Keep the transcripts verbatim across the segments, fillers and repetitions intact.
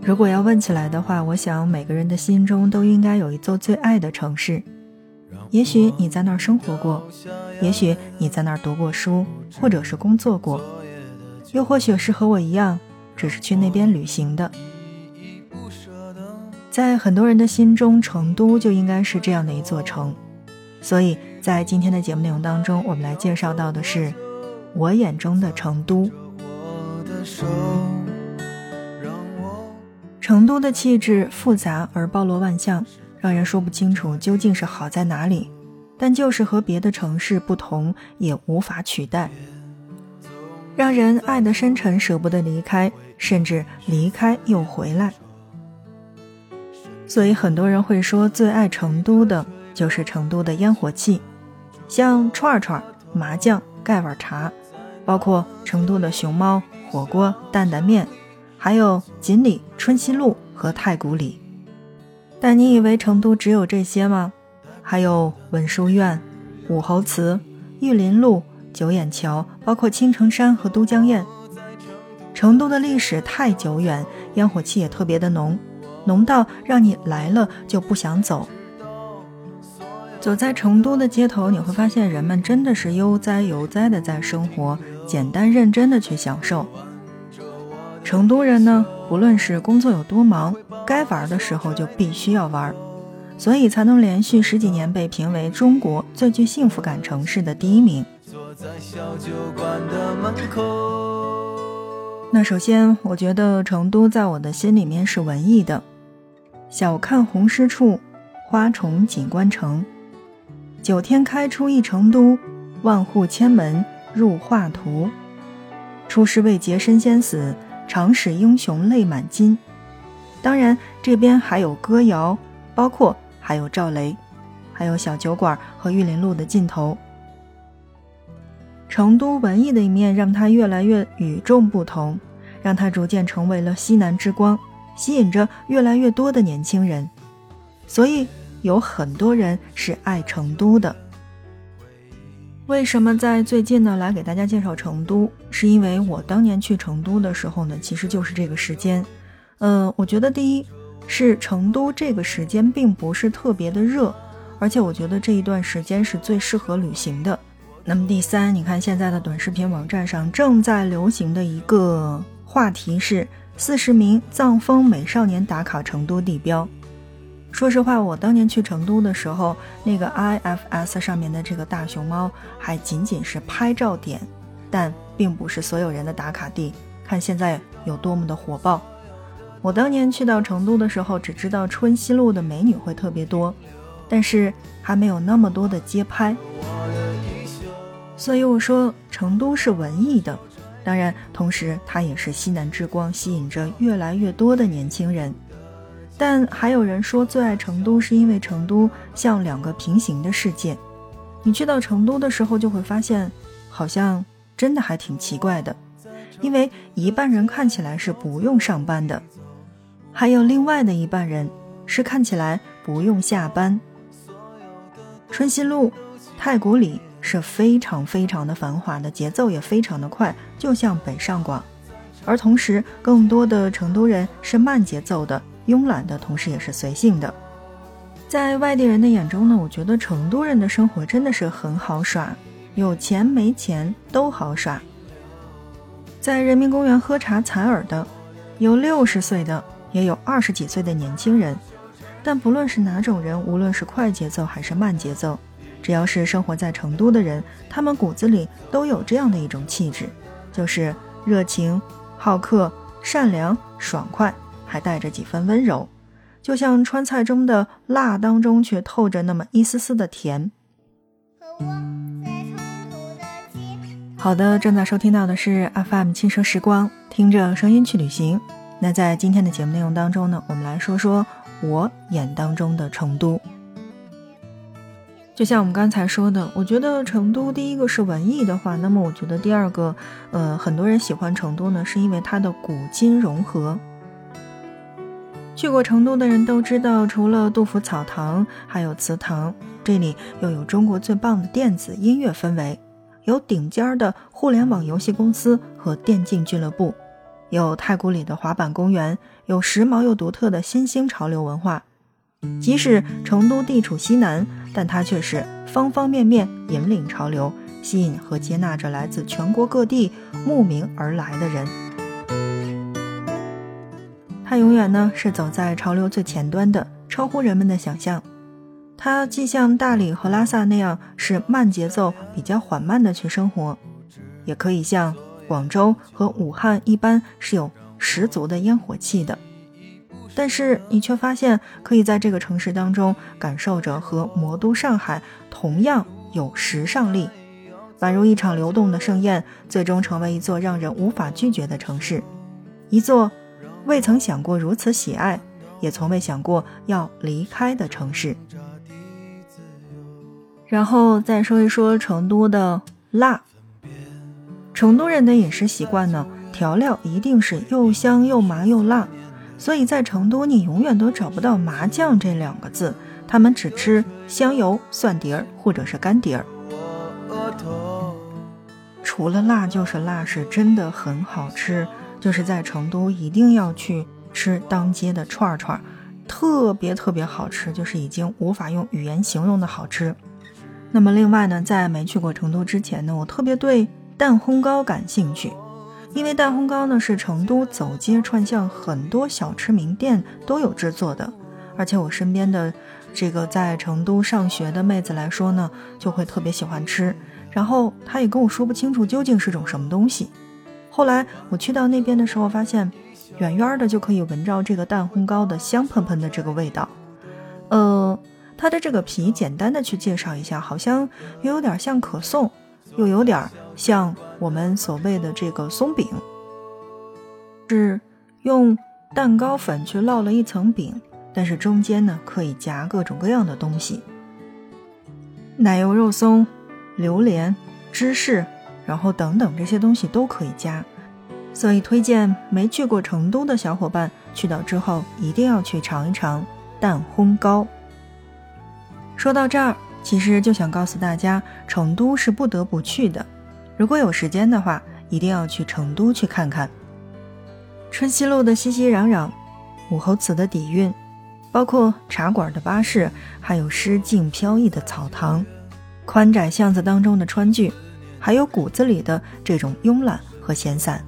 如果要问起来的话，我想每个人的心中都应该有一座最爱的城市。也许你在那儿生活过，也许你在那儿读过书，或者是工作过，又或许是和我一样，只是去那边旅行的。在很多人的心中，成都就应该是这样的一座城。所以在今天的节目内容当中，我们来介绍到的是我眼中的成都。成都的气质复杂而包罗万象，让人说不清楚究竟是好在哪里，但就是和别的城市不同，也无法取代，让人爱得深沉，舍不得离开，甚至离开又回来。所以很多人会说，最爱成都的就是成都的烟火气，像串串、麻酱、盖碗茶，包括成都的熊猫、火锅、担担面，还有锦里、春熙路和太古里。但你以为成都只有这些吗？还有文殊院、武侯祠、玉林路、九眼桥，包括青城山和都江堰。成都的历史太久远，烟火气也特别的浓，浓到让你来了就不想走。走在成都的街头，你会发现人们真的是悠哉悠哉的在生活，简单认真的去享受。成都人呢，不论是工作有多忙，该玩的时候就必须要玩，所以才能连续十几年被评为中国最具幸福感城市的第一名。那首先，我觉得成都在我的心里面是文艺的。晓看红湿处，花重锦官城。九天开出一成都，万户千门入画图。出师未捷身先死，常使英雄泪满襟。当然这边还有歌谣，包括还有赵雷，还有小酒馆和玉林路的尽头。成都文艺的一面让它越来越与众不同，让它逐渐成为了西南之光，吸引着越来越多的年轻人。所以有很多人是爱成都的。为什么在最近呢来给大家介绍成都，是因为我当年去成都的时候呢，其实就是这个时间。呃，我觉得第一是成都这个时间并不是特别的热，而且我觉得这一段时间是最适合旅行的。那么第三，你看现在的短视频网站上正在流行的一个话题是四十名藏风美少年打卡成都地标。说实话，我当年去成都的时候，那个 I F S 上面的这个大熊猫还仅仅是拍照点，但并不是所有人的打卡地。看现在有多么的火爆。我当年去到成都的时候，只知道春熙路的美女会特别多，但是还没有那么多的街拍。所以我说成都是文艺的，当然同时它也是西南之光，吸引着越来越多的年轻人。但还有人说最爱成都是因为成都像两个平行的世界。你去到成都的时候就会发现，好像真的还挺奇怪的，因为一半人看起来是不用上班的，还有另外的一半人是看起来不用下班。春熙路、太古里是非常非常的繁华的，节奏也非常的快，就像北上广。而同时更多的成都人是慢节奏的、慵懒的，同时也是随性的。在外地人的眼中呢，我觉得成都人的生活真的是很好耍，有钱没钱都好耍。在人民公园喝茶采耳的有六十岁的，也有二十几岁的年轻人。但不论是哪种人，无论是快节奏还是慢节奏，只要是生活在成都的人，他们骨子里都有这样的一种气质，就是热情、好客、善良、爽快，还带着几分温柔，就像川菜中的辣当中却透着那么一丝丝的甜。好的，正在收听到的是 F M 轻奢时光，听着声音去旅行。那在今天的节目内容当中呢，我们来说说我眼当中的成都。就像我们刚才说的，我觉得成都第一个是文艺的话，那么我觉得第二个呃，很多人喜欢成都呢，是因为它的古今融合。去过成都的人都知道，除了杜甫草堂还有祠堂，这里又有中国最棒的电子音乐氛围，有顶尖的互联网游戏公司和电竞俱乐部， 有太古里的滑板公园，有时髦又独特的新兴潮流文化。即使成都地处西南，但它却是方方面面引领潮流，吸引和接纳着来自全国各地慕名而来的人。它永远呢是走在潮流最前端的，超乎人们的想象。它既像大理和拉萨那样是慢节奏比较缓慢的去生活，也可以像广州和武汉一般是有十足的烟火气的。但是你却发现可以在这个城市当中感受着和魔都上海同样有时尚力，宛如一场流动的盛宴，最终成为一座让人无法拒绝的城市，一座未曾想过如此喜爱，也从未想过要离开的城市。然后再说一说成都的辣。成都人的饮食习惯呢，调料一定是又香又麻又辣，所以在成都你永远都找不到麻酱这两个字，他们只吃香油、蒜碟儿或者是干碟儿。除了辣就是辣，是真的很好吃，就是在成都一定要去吃当街的串串，特别特别好吃，就是已经无法用语言形容的好吃。那么另外呢，在没去过成都之前呢，我特别对蛋烘糕感兴趣，因为蛋烘糕呢是成都走街串巷很多小吃名店都有制作的，而且我身边的这个在成都上学的妹子来说呢，就会特别喜欢吃，然后她也跟我说不清楚究竟是种什么东西。后来我去到那边的时候，发现远远的就可以闻着这个蛋烘糕的香喷喷的这个味道。呃，它的这个皮简单的去介绍一下，好像又有点像可颂，又有点像我们所谓的这个松饼，是用蛋糕粉去烙了一层饼，但是中间呢可以夹各种各样的东西，奶油肉松、榴莲、芝士，然后等等这些东西都可以加，所以推荐没去过成都的小伙伴去到之后一定要去尝一尝蛋烘糕。说到这儿，其实就想告诉大家，成都是不得不去的，如果有时间的话一定要去成都去看看。春熙路的熙熙攘攘，武侯祠的底蕴，包括茶馆的巴士，还有诗境飘逸的草堂，宽窄巷子当中的川剧，还有骨子里的这种慵懒和闲散。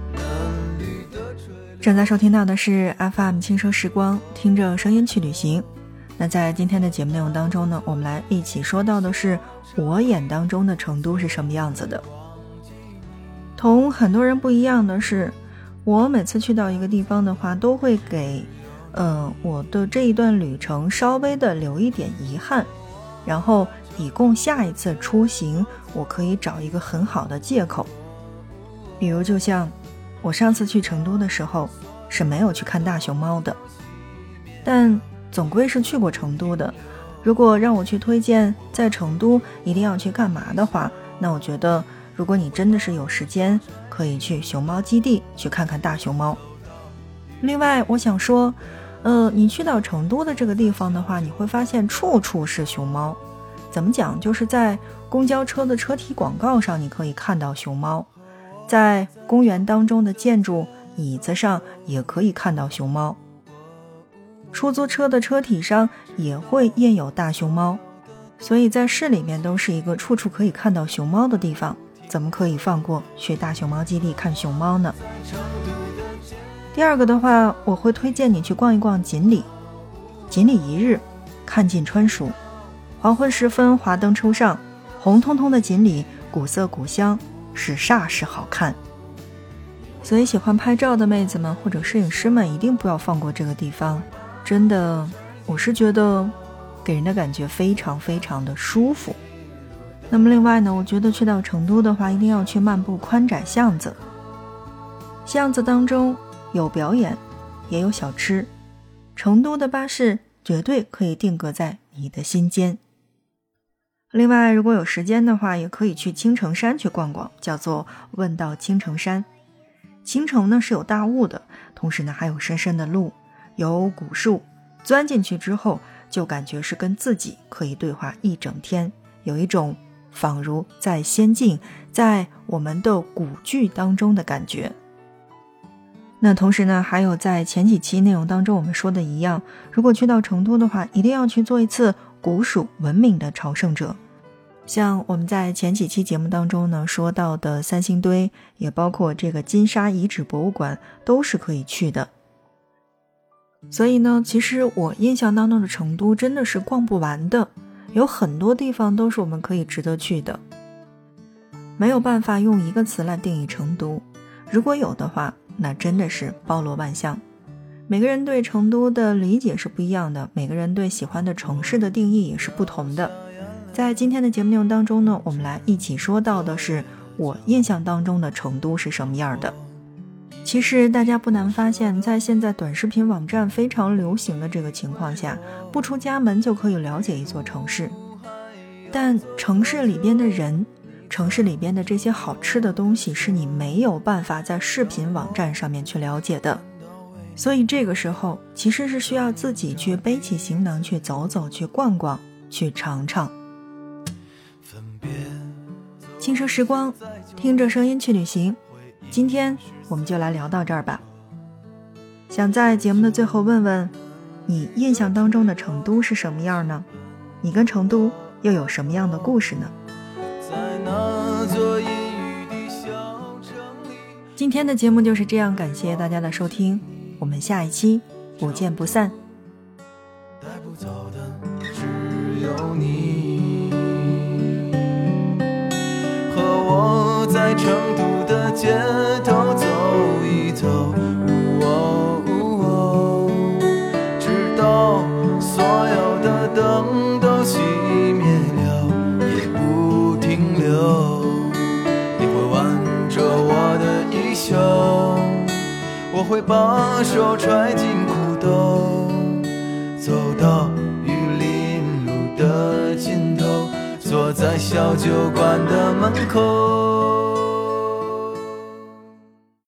正在收听到的是 F M 轻奢时光，听着声音去旅行。那在今天的节目内容当中呢，我们来一起说到的是我眼当中的成都是什么样子的。同很多人不一样的是，我每次去到一个地方的话，都会给呃我的这一段旅程稍微的留一点遗憾，然后以供下一次出行我可以找一个很好的借口。比如就像我上次去成都的时候是没有去看大熊猫的，但总归是去过成都的。如果让我去推荐在成都一定要去干嘛的话，那我觉得如果你真的是有时间，可以去熊猫基地去看看大熊猫。另外我想说呃，你去到成都的这个地方的话，你会发现处处是熊猫。怎么讲，就是在公交车的车体广告上你可以看到熊猫，在公园当中的建筑椅子上也可以看到熊猫，出租车的车体上也会印有大熊猫，所以在市里面都是一个处处可以看到熊猫的地方，怎么可以放过去大熊猫基地看熊猫呢？第二个的话，我会推荐你去逛一逛锦里。锦里一日，看尽川蜀。黄昏时分，华灯初上，红彤彤的锦里，古色古香，是煞是好看。所以喜欢拍照的妹子们或者摄影师们一定不要放过这个地方，真的，我是觉得给人的感觉非常非常的舒服。那么另外呢，我觉得去到成都的话，一定要去漫步宽窄巷子。巷子当中有表演，也有小吃，成都的巴士绝对可以定格在你的心间。另外如果有时间的话，也可以去青城山去逛逛，叫做问道青城山。青城呢是有大雾的，同时呢还有深深的路，有古树，钻进去之后就感觉是跟自己可以对话一整天，有一种仿如在仙境，在我们的古剧当中的感觉。 那同时呢，还有在前几期内容当中我们说的一样，如果去到成都的话，一定要去做一次古蜀文明的朝圣者。像我们在前几期节目当中呢说到的三星堆，也包括这个金沙遗址博物馆，都是可以去的。所以呢，其实我印象当中的成都真的是逛不完的，有很多地方都是我们可以值得去的。没有办法用一个词来定义成都，如果有的话，那真的是包罗万象。每个人对成都的理解是不一样的，每个人对喜欢的城市的定义也是不同的。在今天的节目内容当中呢，我们来一起说到的是我印象当中的成都是什么样的。其实大家不难发现，在现在短视频网站非常流行的这个情况下，不出家门就可以了解一座城市。但城市里边的人，城市里边的这些好吃的东西是你没有办法在视频网站上面去了解的。所以这个时候其实是需要自己去背起行囊去走走，去逛逛，去尝尝。轻奢时光，听着声音去旅行。今天我们就来聊到这儿吧。想在节目的最后问问，你印象当中的成都是什么样呢？你跟成都又有什么样的故事呢？今天的节目就是这样，感谢大家的收听，我们下一期不见不散。带不走的只有你和我，在成都的街头走一走，哦哦，直到所有的灯都熄灭了也不停留。你会挽着我的衣袖，我会把手揣进裤兜，走到玉林路的尽头，坐在小酒馆的门口。